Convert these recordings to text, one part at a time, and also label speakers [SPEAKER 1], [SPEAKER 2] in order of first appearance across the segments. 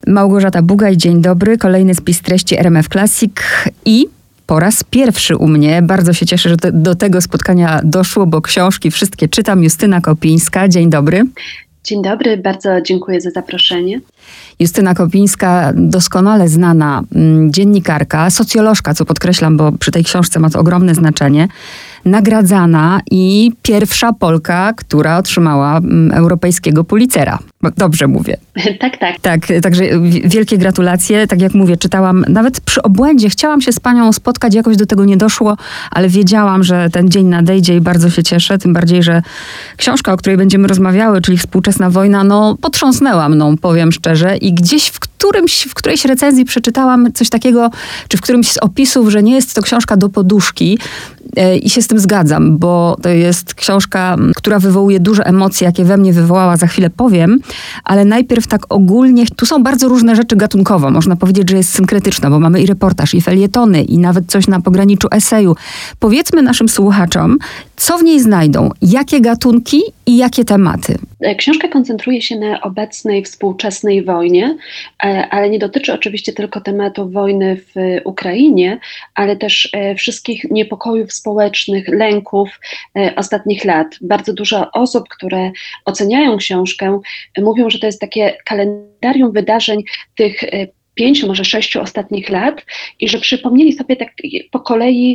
[SPEAKER 1] Małgorzata Bugaj, dzień dobry. Kolejny spis treści RMF Classic i po raz pierwszy u mnie. Bardzo się cieszę, że do tego spotkania doszło, bo książki wszystkie czytam. Justyna Kopińska, dzień dobry.
[SPEAKER 2] Dzień dobry, bardzo dziękuję za zaproszenie.
[SPEAKER 1] Justyna Kopińska, doskonale znana dziennikarka, socjolożka, co podkreślam, bo przy tej książce ma to ogromne znaczenie, nagradzana i pierwsza Polka, która otrzymała europejskiego Pulitzera. Dobrze mówię.
[SPEAKER 2] Tak.
[SPEAKER 1] Tak, także wielkie gratulacje. Tak jak mówię, czytałam nawet przy obłędzie. Chciałam się z panią spotkać, jakoś do tego nie doszło, ale wiedziałam, że ten dzień nadejdzie i bardzo się cieszę. Tym bardziej, że książka, o której będziemy rozmawiały, czyli Współczesna wojna, potrząsnęła mną, powiem szczerze. I gdzieś w którejś recenzji przeczytałam coś takiego, czy w którymś z opisów, że nie jest to książka do poduszki. I się z tym zgadzam, bo to jest książka, która wywołuje duże emocje, jakie we mnie wywołała, za chwilę powiem, ale najpierw tak ogólnie, tu są bardzo różne rzeczy gatunkowo, można powiedzieć, że jest synkretyczna, bo mamy i reportaż, i felietony, i nawet coś na pograniczu eseju. Powiedzmy naszym słuchaczom, co w niej znajdą, jakie gatunki i jakie tematy.
[SPEAKER 2] Książka koncentruje się na obecnej, współczesnej wojnie, ale nie dotyczy oczywiście tylko tematu wojny w Ukrainie, ale też wszystkich niepokojów społecznych, lęków ostatnich lat. Bardzo dużo osób, które oceniają książkę, mówią, że to jest takie kalendarium wydarzeń tych 5, może 6 ostatnich lat i że przypomnieli sobie tak po kolei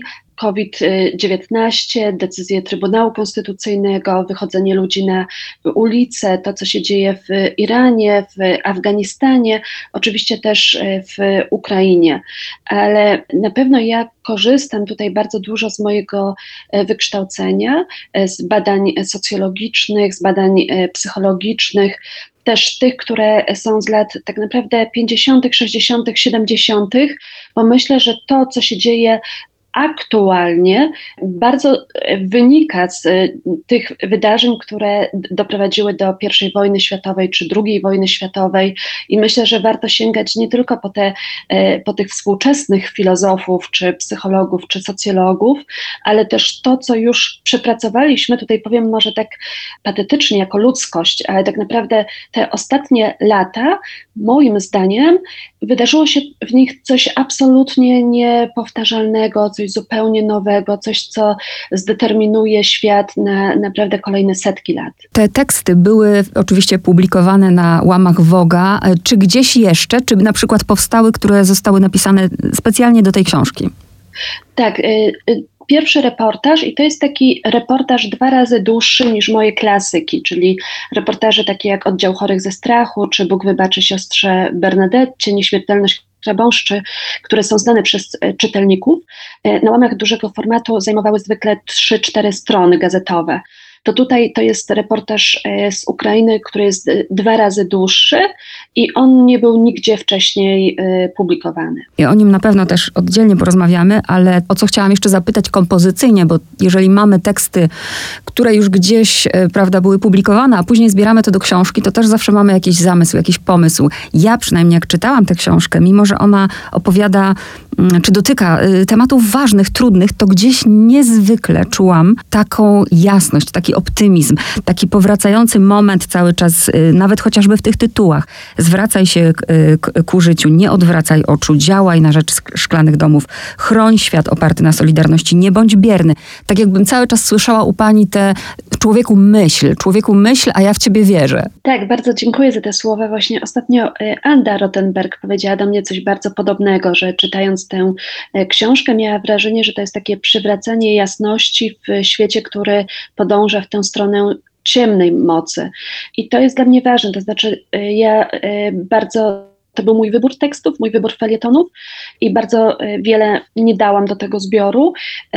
[SPEAKER 2] COVID-19, decyzje Trybunału Konstytucyjnego, wychodzenie ludzi na ulicę, to co się dzieje w Iranie, w Afganistanie, oczywiście też w Ukrainie. Ale na pewno ja korzystam tutaj bardzo dużo z mojego wykształcenia, z badań socjologicznych, z badań psychologicznych, też tych, które są z lat tak naprawdę 50., 60., 70., bo myślę, że to, co się dzieje aktualnie, bardzo wynika z tych wydarzeń, które doprowadziły do I wojny światowej czy II wojny światowej i myślę, że warto sięgać nie tylko po tych współczesnych filozofów, czy psychologów, czy socjologów, ale też to, co już przepracowaliśmy, tutaj powiem może tak patetycznie jako ludzkość, ale tak naprawdę te ostatnie lata, moim zdaniem, wydarzyło się w nich coś absolutnie niepowtarzalnego, coś zupełnie nowego, coś, co zdeterminuje świat na naprawdę kolejne setki lat.
[SPEAKER 1] Te teksty były oczywiście publikowane na łamach Vogue'a. Czy gdzieś jeszcze, czy na przykład powstały, które zostały napisane specjalnie do tej książki?
[SPEAKER 2] Tak, pierwszy reportaż i to jest taki reportaż 2 razy dłuższy niż moje klasyki, czyli reportaże takie jak Oddział chorych ze strachu, czy Bóg wybaczy siostrze Bernadetcie, Nieśmiertelność Krabąszczy, które są znane przez czytelników, na łamach dużego formatu zajmowały zwykle 3-4 strony gazetowe. To tutaj to jest reportaż z Ukrainy, który jest 2 razy dłuższy i on nie był nigdzie wcześniej publikowany.
[SPEAKER 1] I o nim na pewno też oddzielnie porozmawiamy, ale o co chciałam jeszcze zapytać kompozycyjnie, bo jeżeli mamy teksty, które już gdzieś, prawda, były publikowane, a później zbieramy to do książki, to też zawsze mamy jakiś zamysł, jakiś pomysł. Ja przynajmniej jak czytałam tę książkę, mimo że ona opowiada, czy dotyka tematów ważnych, trudnych, to gdzieś niezwykle czułam taką jasność, taki optymizm, taki powracający moment cały czas, nawet chociażby w tych tytułach. Zwracaj się ku życiu, nie odwracaj oczu, działaj na rzecz szklanych domów, chroń świat oparty na solidarności, nie bądź bierny. Tak jakbym cały czas słyszała u pani te człowieku myśl, a ja w ciebie wierzę.
[SPEAKER 2] Tak, bardzo dziękuję za te słowa. Właśnie ostatnio Anda Rottenberg powiedziała do mnie coś bardzo podobnego, że czytając tę książkę miała wrażenie, że to jest takie przywracanie jasności w świecie, który podąża w tę stronę ciemnej mocy. I to jest dla mnie ważne, to znaczy ja bardzo... To był mój wybór tekstów, mój wybór felietonów i bardzo wiele nie dałam do tego zbioru,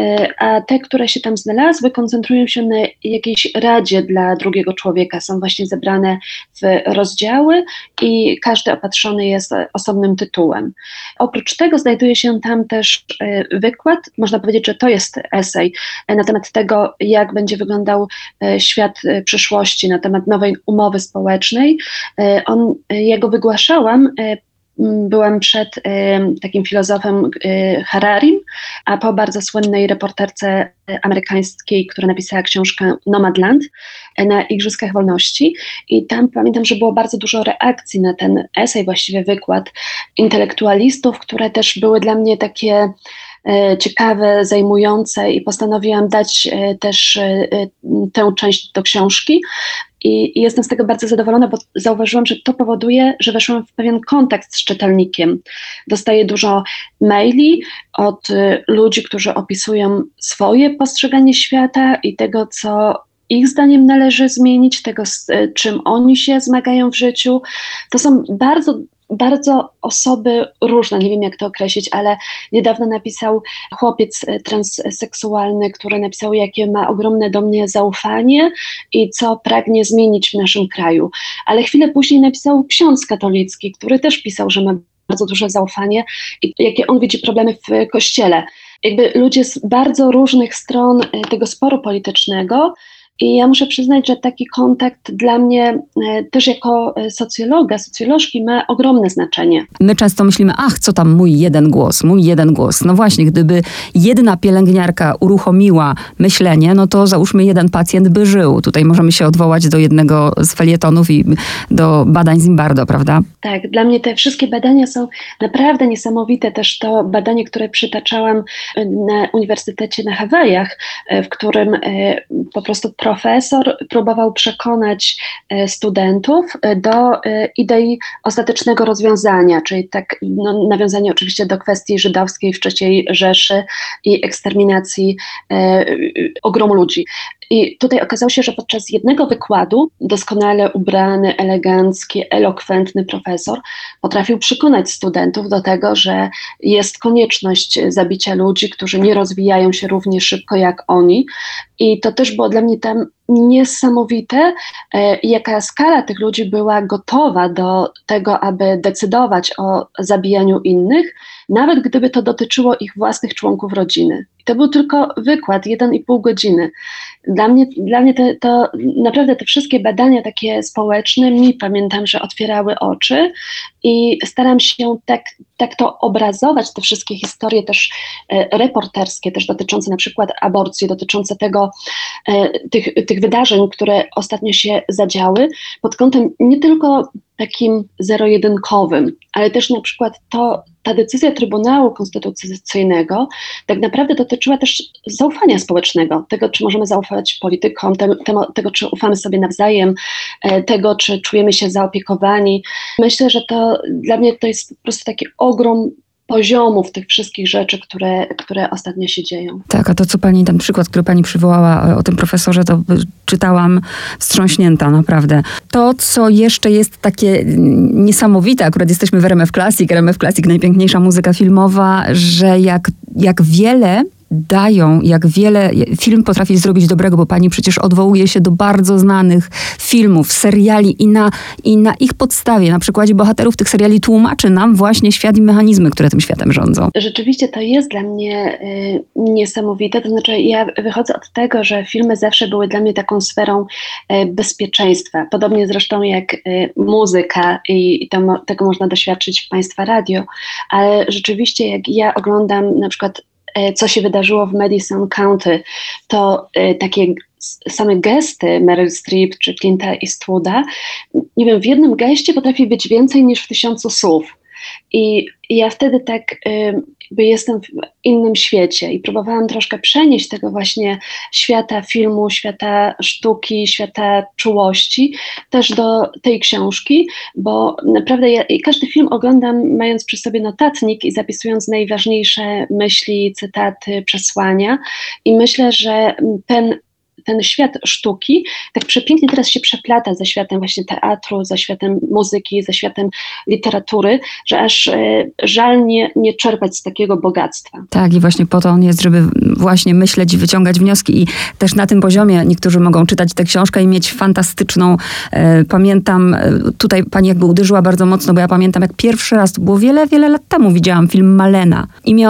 [SPEAKER 2] a te, które się tam znalazły, koncentrują się na jakiejś radzie dla drugiego człowieka. Są właśnie zebrane w rozdziały i każdy opatrzony jest osobnym tytułem. Oprócz tego znajduje się tam też wykład, można powiedzieć, że to jest esej na temat tego, jak będzie wyglądał świat przyszłości, na temat nowej umowy społecznej. Ja go wygłaszałam byłam przed takim filozofem Hararim, a po bardzo słynnej reporterce amerykańskiej, która napisała książkę Nomadland na Igrzyskach Wolności. I tam pamiętam, że było bardzo dużo reakcji na ten esej, właściwie wykład intelektualistów, które też były dla mnie takie ciekawe, zajmujące i postanowiłam dać też tę część do książki. I jestem z tego bardzo zadowolona, bo zauważyłam, że to powoduje, że weszłam w pewien kontakt z czytelnikiem. Dostaję dużo maili od ludzi, którzy opisują swoje postrzeganie świata i tego, co ich zdaniem należy zmienić, tego, z czym oni się zmagają w życiu. To są bardzo osoby różne, nie wiem jak to określić, ale niedawno napisał chłopiec transseksualny, który napisał, jakie ma ogromne do mnie zaufanie i co pragnie zmienić w naszym kraju. Ale chwilę później napisał ksiądz katolicki, który też pisał, że ma bardzo duże zaufanie i jakie on widzi problemy w Kościele. Jakby ludzie z bardzo różnych stron tego sporu politycznego. I ja muszę przyznać, że taki kontakt dla mnie też jako socjolożki ma ogromne znaczenie.
[SPEAKER 1] My często myślimy, co tam mój jeden głos. No właśnie, gdyby jedna pielęgniarka uruchomiła myślenie, no to załóżmy jeden pacjent by żył. Tutaj możemy się odwołać do jednego z felietonów i do badań Zimbardo, prawda?
[SPEAKER 2] Tak, dla mnie te wszystkie badania są naprawdę niesamowite. Też to badanie, które przytaczałam na Uniwersytecie na Hawajach, w którym po prostu profesor próbował przekonać studentów do idei ostatecznego rozwiązania, czyli nawiązanie oczywiście do kwestii żydowskiej w III Rzeszy i eksterminacji ogromu ludzi. I tutaj okazało się, że podczas jednego wykładu doskonale ubrany, elegancki, elokwentny profesor potrafił przekonać studentów do tego, że jest konieczność zabicia ludzi, którzy nie rozwijają się równie szybko jak oni. I to też było dla mnie tam niesamowite, jaka skala tych ludzi była gotowa do tego, aby decydować o zabijaniu innych, nawet gdyby to dotyczyło ich własnych członków rodziny. I to był tylko wykład, 1,5 godziny. Dla mnie to naprawdę te wszystkie badania takie społeczne pamiętam, że otwierały oczy i staram się tak to obrazować, te wszystkie historie też reporterskie, też dotyczące na przykład aborcji, dotyczące tych wydarzeń, które ostatnio się zadziały, pod kątem nie tylko takim zero-jedynkowym, ale też na przykład ta decyzja Trybunału Konstytucyjnego tak naprawdę dotyczyła też zaufania społecznego, tego, czy możemy zaufać politykom, tego, czy ufamy sobie nawzajem, tego, czy czujemy się zaopiekowani. Myślę, że dla mnie to jest po prostu taki ogrom poziomów tych wszystkich rzeczy, które ostatnio się dzieją.
[SPEAKER 1] Tak, a to co pani, ten przykład, który pani przywołała o tym profesorze, to czytałam wstrząśnięta, naprawdę. To, co jeszcze jest takie niesamowite, akurat jesteśmy w RMF Classic, najpiękniejsza muzyka filmowa, że jak wiele dają, jak wiele film potrafi zrobić dobrego, bo pani przecież odwołuje się do bardzo znanych filmów, seriali i na ich podstawie, na przykładzie bohaterów tych seriali tłumaczy nam właśnie świat i mechanizmy, które tym światem rządzą.
[SPEAKER 2] Rzeczywiście to jest dla mnie niesamowite, to znaczy ja wychodzę od tego, że filmy zawsze były dla mnie taką sferą bezpieczeństwa, podobnie zresztą jak muzyka i tego można doświadczyć w państwa radio, ale rzeczywiście jak ja oglądam na przykład co się wydarzyło w Madison County, to takie same gesty Meryl Streep czy Clint'a Eastwooda, nie wiem, w jednym geście potrafi być więcej niż w 1000 słów. I ja wtedy jestem w innym świecie i próbowałam troszkę przenieść tego właśnie świata filmu, świata sztuki, świata czułości też do tej książki, bo naprawdę ja każdy film oglądam mając przy sobie notatnik i zapisując najważniejsze myśli, cytaty, przesłania i myślę, że ten świat sztuki tak przepięknie teraz się przeplata ze światem właśnie teatru, ze światem muzyki, ze światem literatury, że aż żal nie czerpać z takiego bogactwa.
[SPEAKER 1] Tak, i właśnie po to on jest, żeby właśnie myśleć i wyciągać wnioski i też na tym poziomie niektórzy mogą czytać tę książkę i mieć fantastyczną, pamiętam, tutaj pani jakby uderzyła bardzo mocno, bo ja pamiętam jak pierwszy raz, to było wiele, wiele lat temu widziałam film Malena i miałam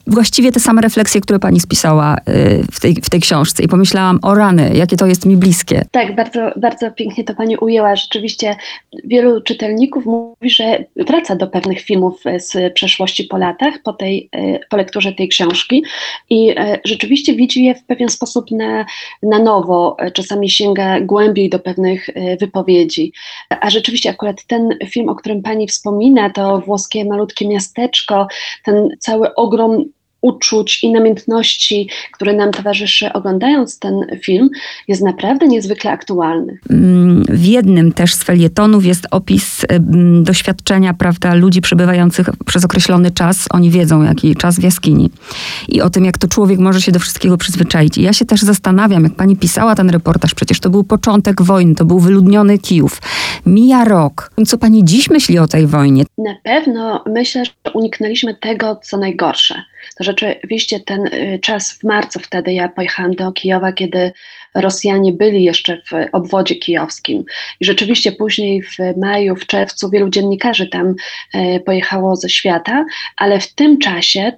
[SPEAKER 1] właściwie te same refleksje, które pani spisała w tej książce i pomyślałam, o rany, jakie to jest mi bliskie.
[SPEAKER 2] Tak, bardzo, bardzo pięknie to pani ujęła. Rzeczywiście wielu czytelników mówi, że wraca do pewnych filmów z przeszłości po latach, po lekturze tej książki i rzeczywiście widzi je w pewien sposób na nowo, czasami sięga głębiej do pewnych wypowiedzi. A rzeczywiście akurat ten film, o którym pani wspomina, to włoskie malutkie miasteczko, ten cały ogrom uczuć i namiętności, które nam towarzyszy oglądając ten film, jest naprawdę niezwykle aktualny.
[SPEAKER 1] W jednym też z felietonów jest opis doświadczenia, prawda, ludzi przebywających przez określony czas. Oni wiedzą, jaki czas w jaskini. I o tym, jak to człowiek może się do wszystkiego przyzwyczaić. I ja się też zastanawiam, jak pani pisała ten reportaż, przecież to był początek wojny, to był wyludniony Kijów. Mija rok. Co pani dziś myśli o tej wojnie?
[SPEAKER 2] Na pewno myślę, że uniknęliśmy tego, co najgorsze. To rzeczywiście ten czas w marcu, wtedy ja pojechałam do Kijowa, kiedy Rosjanie byli jeszcze w obwodzie kijowskim. I rzeczywiście później w maju, w czerwcu wielu dziennikarzy tam pojechało ze świata, ale w tym czasie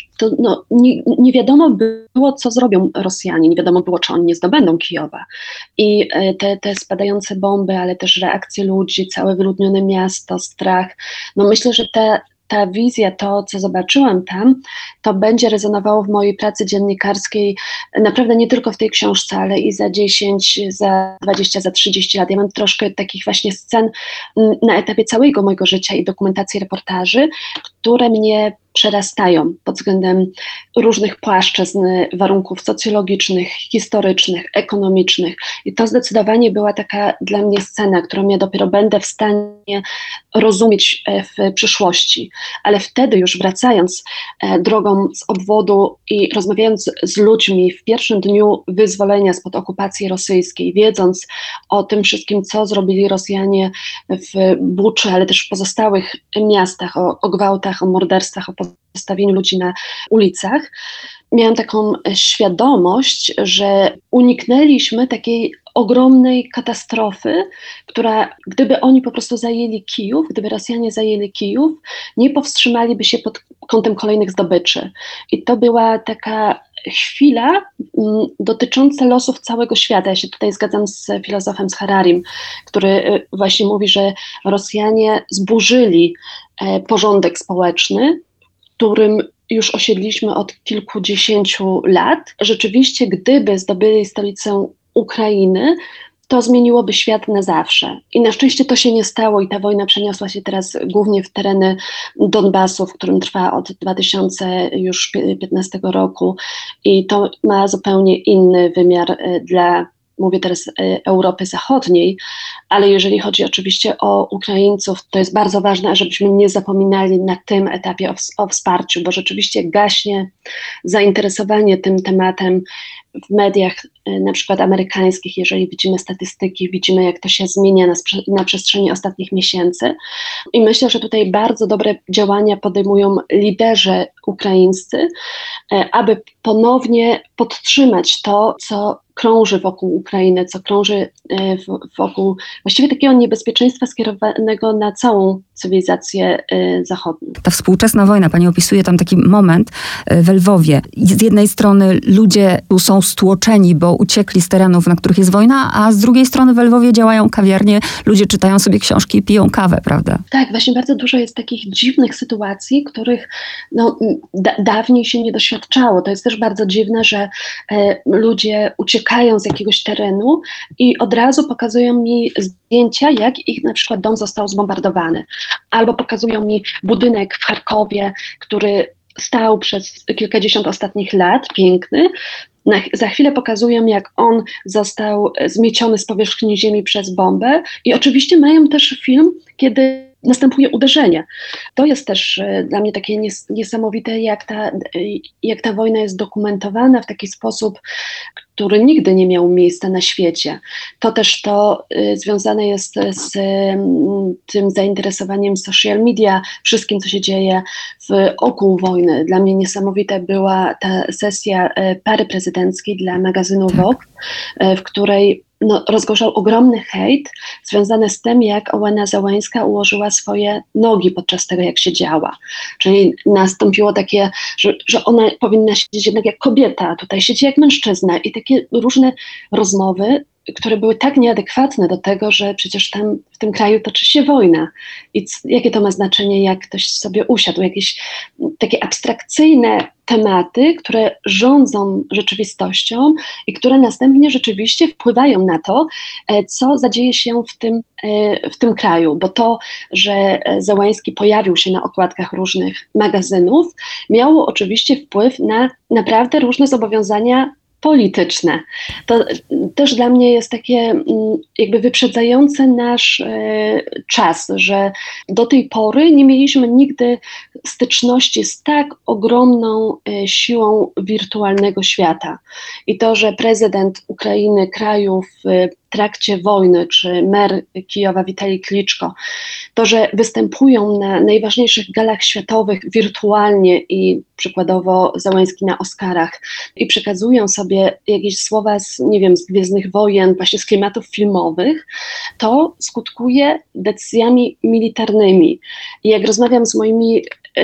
[SPEAKER 2] nie wiadomo było, co zrobią Rosjanie, nie wiadomo było, czy oni nie zdobędą Kijowa. I te spadające bomby, ale też reakcje ludzi, całe wyludnione miasto, strach. Myślę, że ta wizja, to co zobaczyłam tam, to będzie rezonowało w mojej pracy dziennikarskiej naprawdę nie tylko w tej książce, ale i za 10, za 20, za 30 lat. Ja mam troszkę takich właśnie scen na etapie całego mojego życia i dokumentacji reportaży, które mnie przerastają pod względem różnych płaszczyzn, warunków socjologicznych, historycznych, ekonomicznych. I to zdecydowanie była taka dla mnie scena, którą ja dopiero będę w stanie rozumieć w przyszłości. Ale wtedy już wracając drogą z obwodu i rozmawiając z ludźmi w pierwszym dniu wyzwolenia spod okupacji rosyjskiej, wiedząc o tym wszystkim, co zrobili Rosjanie w Buczy, ale też w pozostałych miastach, o gwałtach, o morderstwach, o postawieniu ludzi na ulicach, miałam taką świadomość, że uniknęliśmy takiej ogromnej katastrofy, która, gdyby oni po prostu zajęli Kijów, gdyby Rosjanie zajęli Kijów, nie powstrzymaliby się pod kątem kolejnych zdobyczy. I to była taka chwila dotycząca losów całego świata. Ja się tutaj zgadzam z filozofem, z Hararim, który właśnie mówi, że Rosjanie zburzyli porządek społeczny, którym już osiedliśmy od kilkudziesięciu lat. Rzeczywiście, gdyby zdobyli stolicę Ukrainy, to zmieniłoby świat na zawsze. I na szczęście to się nie stało i ta wojna przeniosła się teraz głównie w tereny Donbasu, w którym trwa od 2015 roku i to ma zupełnie inny wymiar mówię teraz Europy Zachodniej, ale jeżeli chodzi oczywiście o Ukraińców, to jest bardzo ważne, żebyśmy nie zapominali na tym etapie o wsparciu, bo rzeczywiście gaśnie zainteresowanie tym tematem w mediach na przykład amerykańskich, jeżeli widzimy statystyki, widzimy jak to się zmienia na przestrzeni ostatnich miesięcy i myślę, że tutaj bardzo dobre działania podejmują liderzy ukraińscy, aby ponownie podtrzymać to, co krąży wokół Ukrainy, co krąży wokół właściwie takiego niebezpieczeństwa skierowanego na całą cywilizację zachodnią.
[SPEAKER 1] Ta współczesna wojna, pani opisuje tam taki moment w Lwowie. Z jednej strony ludzie są stłoczeni, bo uciekli z terenów, na których jest wojna, a z drugiej strony w Lwowie działają kawiarnie, ludzie czytają sobie książki i piją kawę, prawda?
[SPEAKER 2] Tak, właśnie bardzo dużo jest takich dziwnych sytuacji, których dawniej się nie doświadczało. To jest też bardzo dziwne, że ludzie uciekają z jakiegoś terenu i od razu pokazują mi zdjęcia, jak ich na przykład dom został zbombardowany. Albo pokazują mi budynek w Charkowie, który stał przez kilkadziesiąt ostatnich lat, piękny. Za chwilę pokazują, jak on został zmieciony z powierzchni ziemi przez bombę i oczywiście mają też film, kiedy następuje uderzenie. To jest też dla mnie takie niesamowite, jak ta wojna jest dokumentowana w taki sposób, który nigdy nie miał miejsca na świecie. To też związane jest z tym zainteresowaniem social media, wszystkim, co się dzieje wokół wojny. Dla mnie niesamowita była ta sesja pary prezydenckiej dla magazynu Vogue, w której rozgorzał ogromny hejt związany z tym, jak Olena Zełenska ułożyła swoje nogi podczas tego, jak siedziała. Czyli nastąpiło takie, że ona powinna siedzieć jednak jak kobieta, a tutaj siedzi jak mężczyzna i takie różne rozmowy, które były tak nieadekwatne do tego, że przecież tam w tym kraju toczy się wojna. I jakie to ma znaczenie, jak ktoś sobie usiadł? Jakieś takie abstrakcyjne tematy, które rządzą rzeczywistością i które następnie rzeczywiście wpływają na to, co zadzieje się w tym kraju. Bo to, że Zełenski pojawił się na okładkach różnych magazynów, miało oczywiście wpływ na naprawdę różne zobowiązania polityczne. To też dla mnie jest takie jakby wyprzedzające nasz czas, że do tej pory nie mieliśmy nigdy styczności z tak ogromną siłą wirtualnego świata. I to, że prezydent Ukrainy, kraju w trakcie wojny, czy mer Kijowa Witalij Kliczko, to, że występują na najważniejszych galach światowych wirtualnie i przykładowo Zełenski na Oscarach i przekazują sobie jakieś słowa z Gwiezdnych Wojen, właśnie z klimatów filmowych, to skutkuje decyzjami militarnymi. I jak rozmawiam z moimi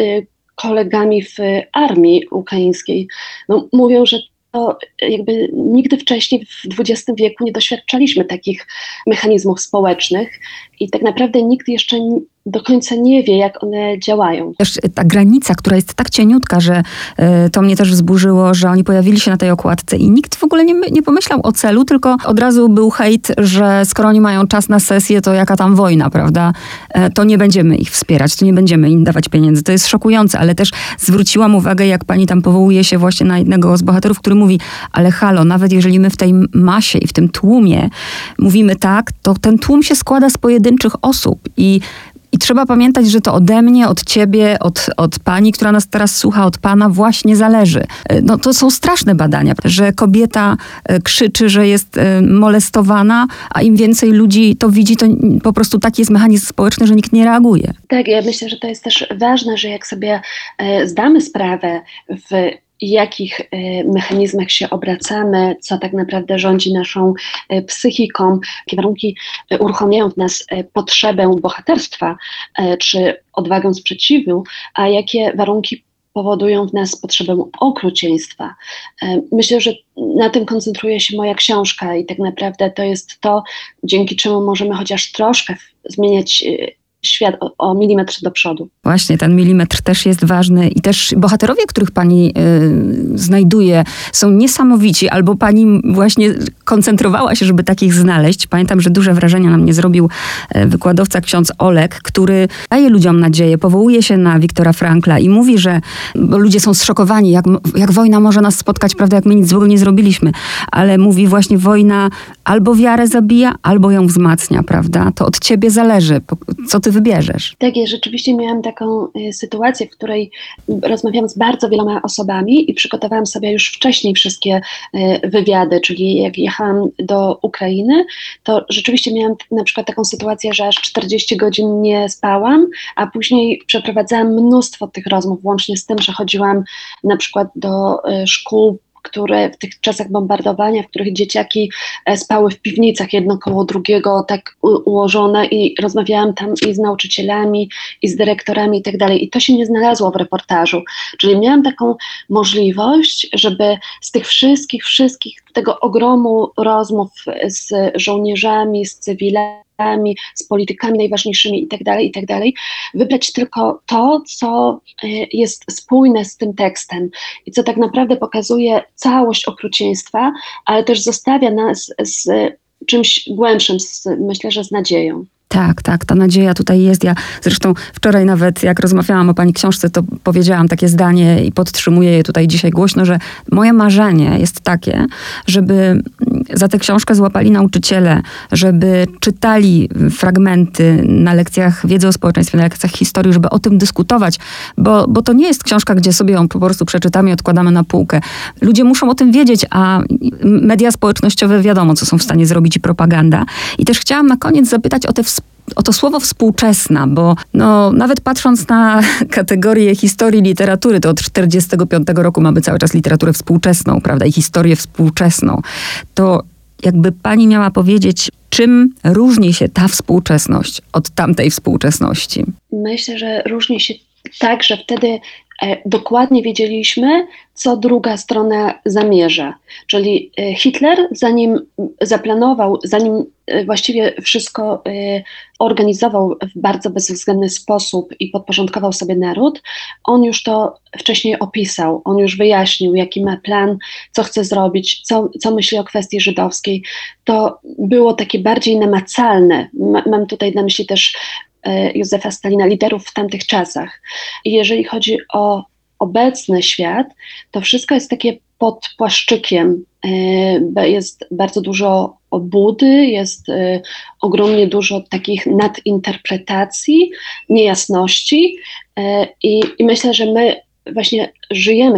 [SPEAKER 2] kolegami w armii ukraińskiej, mówią, że to jakby nigdy wcześniej w XX wieku nie doświadczaliśmy takich mechanizmów społecznych i tak naprawdę nikt jeszcze do końca nie wie, jak one działają.
[SPEAKER 1] Też ta granica, która jest tak cieniutka, że to mnie też wzburzyło, że oni pojawili się na tej okładce i nikt w ogóle nie pomyślał o celu, tylko od razu był hejt, że skoro oni mają czas na sesję, to jaka tam wojna, prawda? To nie będziemy ich wspierać, to nie będziemy im dawać pieniędzy. To jest szokujące, ale też zwróciłam uwagę, jak pani tam powołuje się właśnie na jednego z bohaterów, który mówi, ale halo, nawet jeżeli my w tej masie i w tym tłumie mówimy tak, to ten tłum się składa z pojedynczych osób i trzeba pamiętać, że to ode mnie, od ciebie, od pani, która nas teraz słucha, od pana właśnie zależy. No to są straszne badania, że kobieta krzyczy, że jest molestowana, a im więcej ludzi to widzi, to po prostu taki jest mechanizm społeczny, że nikt nie reaguje.
[SPEAKER 2] Tak, ja myślę, że to jest też ważne, że jak sobie zdamy sprawę, w jakich mechanizmach się obracamy, co tak naprawdę rządzi naszą psychiką, jakie warunki uruchamiają w nas potrzebę bohaterstwa czy odwagę sprzeciwu, a jakie warunki powodują w nas potrzebę okrucieństwa. Myślę, że na tym koncentruje się moja książka i tak naprawdę to jest to, dzięki czemu możemy chociaż troszkę zmieniać świat o milimetr do przodu.
[SPEAKER 1] Właśnie, ten milimetr też jest ważny i też bohaterowie, których pani znajduje, są niesamowici, albo pani właśnie koncentrowała się, żeby takich znaleźć. Pamiętam, że duże wrażenie na mnie zrobił wykładowca ksiądz Olek, który daje ludziom nadzieję, powołuje się na Wiktora Frankla i mówi, że bo ludzie są zszokowani, jak wojna może nas spotkać, prawda, jak my nic złego nie zrobiliśmy, ale mówi właśnie, wojna albo wiarę zabija, albo ją wzmacnia, prawda? To od ciebie zależy, co ty wybierzesz.
[SPEAKER 2] Tak, ja rzeczywiście miałam taką sytuację, w której rozmawiałam z bardzo wieloma osobami i przygotowałam sobie już wcześniej wszystkie wywiady, czyli jak jechałam do Ukrainy, to rzeczywiście miałam na przykład taką sytuację, że aż 40 godzin nie spałam, a później przeprowadzałam mnóstwo tych rozmów, łącznie z tym, że chodziłam na przykład do szkół, które w tych czasach bombardowania, w których dzieciaki spały w piwnicach jedno koło drugiego, tak ułożone, i rozmawiałam tam i z nauczycielami, i z dyrektorami i tak dalej. I to się nie znalazło w reportażu. Czyli miałam taką możliwość, żeby z tych wszystkich, tego ogromu rozmów z żołnierzami, z cywilami, z politykami najważniejszymi i tak dalej, wybrać tylko to, co jest spójne z tym tekstem i co tak naprawdę pokazuje całość okrucieństwa, ale też zostawia nas z czymś głębszym, myślę, że z nadzieją.
[SPEAKER 1] Tak, ta nadzieja tutaj jest. Ja zresztą wczoraj nawet, jak rozmawiałam o pani książce, to powiedziałam takie zdanie i podtrzymuję je tutaj dzisiaj głośno, że moje marzenie jest takie, żeby za tę książkę złapali nauczyciele, żeby czytali fragmenty na lekcjach wiedzy o społeczeństwie, na lekcjach historii, żeby o tym dyskutować, bo to nie jest książka, gdzie sobie ją po prostu przeczytamy i odkładamy na półkę. Ludzie muszą o tym wiedzieć, a media społecznościowe wiadomo, co są w stanie zrobić, i propaganda. I też chciałam na koniec zapytać o to słowo współczesna, bo nawet patrząc na kategorię historii literatury, to od 1945 roku mamy cały czas literaturę współczesną, prawda, i historię współczesną, to Jakby pani miała powiedzieć, czym różni się ta współczesność od tamtej współczesności?
[SPEAKER 2] Myślę, że różni się tak, że wtedy dokładnie wiedzieliśmy, co druga strona zamierza. Czyli Hitler, zanim zaplanował, zanim właściwie wszystko organizował w bardzo bezwzględny sposób i podporządkował sobie naród, on już to wcześniej opisał, on już wyjaśnił, jaki ma plan, co chce zrobić, co myśli o kwestii żydowskiej. To było takie bardziej namacalne. Mam tutaj na myśli też Józefa Stalina, liderów w tamtych czasach. I jeżeli chodzi o obecny świat, to wszystko jest takie pod płaszczykiem. Jest bardzo dużo obłudy, jest ogromnie dużo takich nadinterpretacji, niejasności i myślę, że my właśnie żyjemy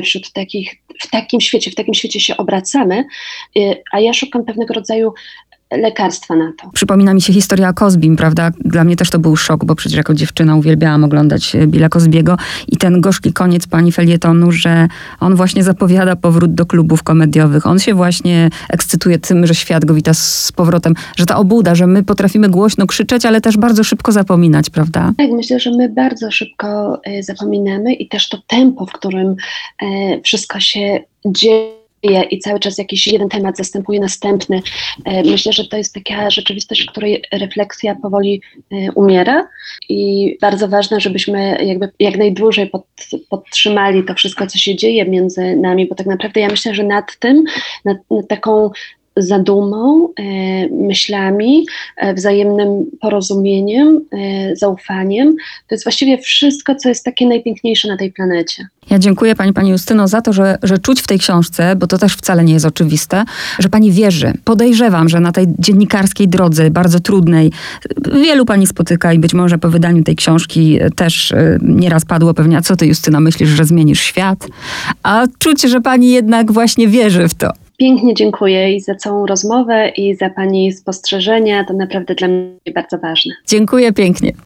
[SPEAKER 2] w takim świecie się obracamy, a ja szukam pewnego rodzaju lekarstwa na to.
[SPEAKER 1] Przypomina mi się historia Cosbym, prawda? Dla mnie też to był szok, bo przecież jako dziewczyna uwielbiałam oglądać Billa Cosby'ego i ten gorzki koniec pani felietonu, że on właśnie zapowiada powrót do klubów komediowych. On się właśnie ekscytuje tym, że świat go wita z powrotem, że ta obłuda, że my potrafimy głośno krzyczeć, ale też bardzo szybko zapominać, prawda?
[SPEAKER 2] Tak, myślę, że my bardzo szybko zapominamy i też to tempo, w którym wszystko się dzieje, i cały czas jakiś jeden temat zastępuje następny. Myślę, że to jest taka rzeczywistość, w której refleksja powoli umiera i bardzo ważne, żebyśmy jakby jak najdłużej podtrzymali to wszystko, co się dzieje między nami, bo tak naprawdę ja myślę, że nad tym, nad taką zadumą, myślami, wzajemnym porozumieniem, zaufaniem. To jest właściwie wszystko, co jest takie najpiękniejsze na tej planecie.
[SPEAKER 1] Ja dziękuję pani Justyno za to, że czuć w tej książce, bo to też wcale nie jest oczywiste, że pani wierzy. Podejrzewam, że na tej dziennikarskiej drodze, bardzo trudnej, wielu pani spotyka i być może po wydaniu tej książki też nieraz padło pewnie, a co ty, Justyna, myślisz, że zmienisz świat? A czuć, że pani jednak właśnie wierzy w to.
[SPEAKER 2] Pięknie dziękuję i za całą rozmowę i za pani spostrzeżenia. To naprawdę dla mnie bardzo ważne.
[SPEAKER 1] Dziękuję pięknie.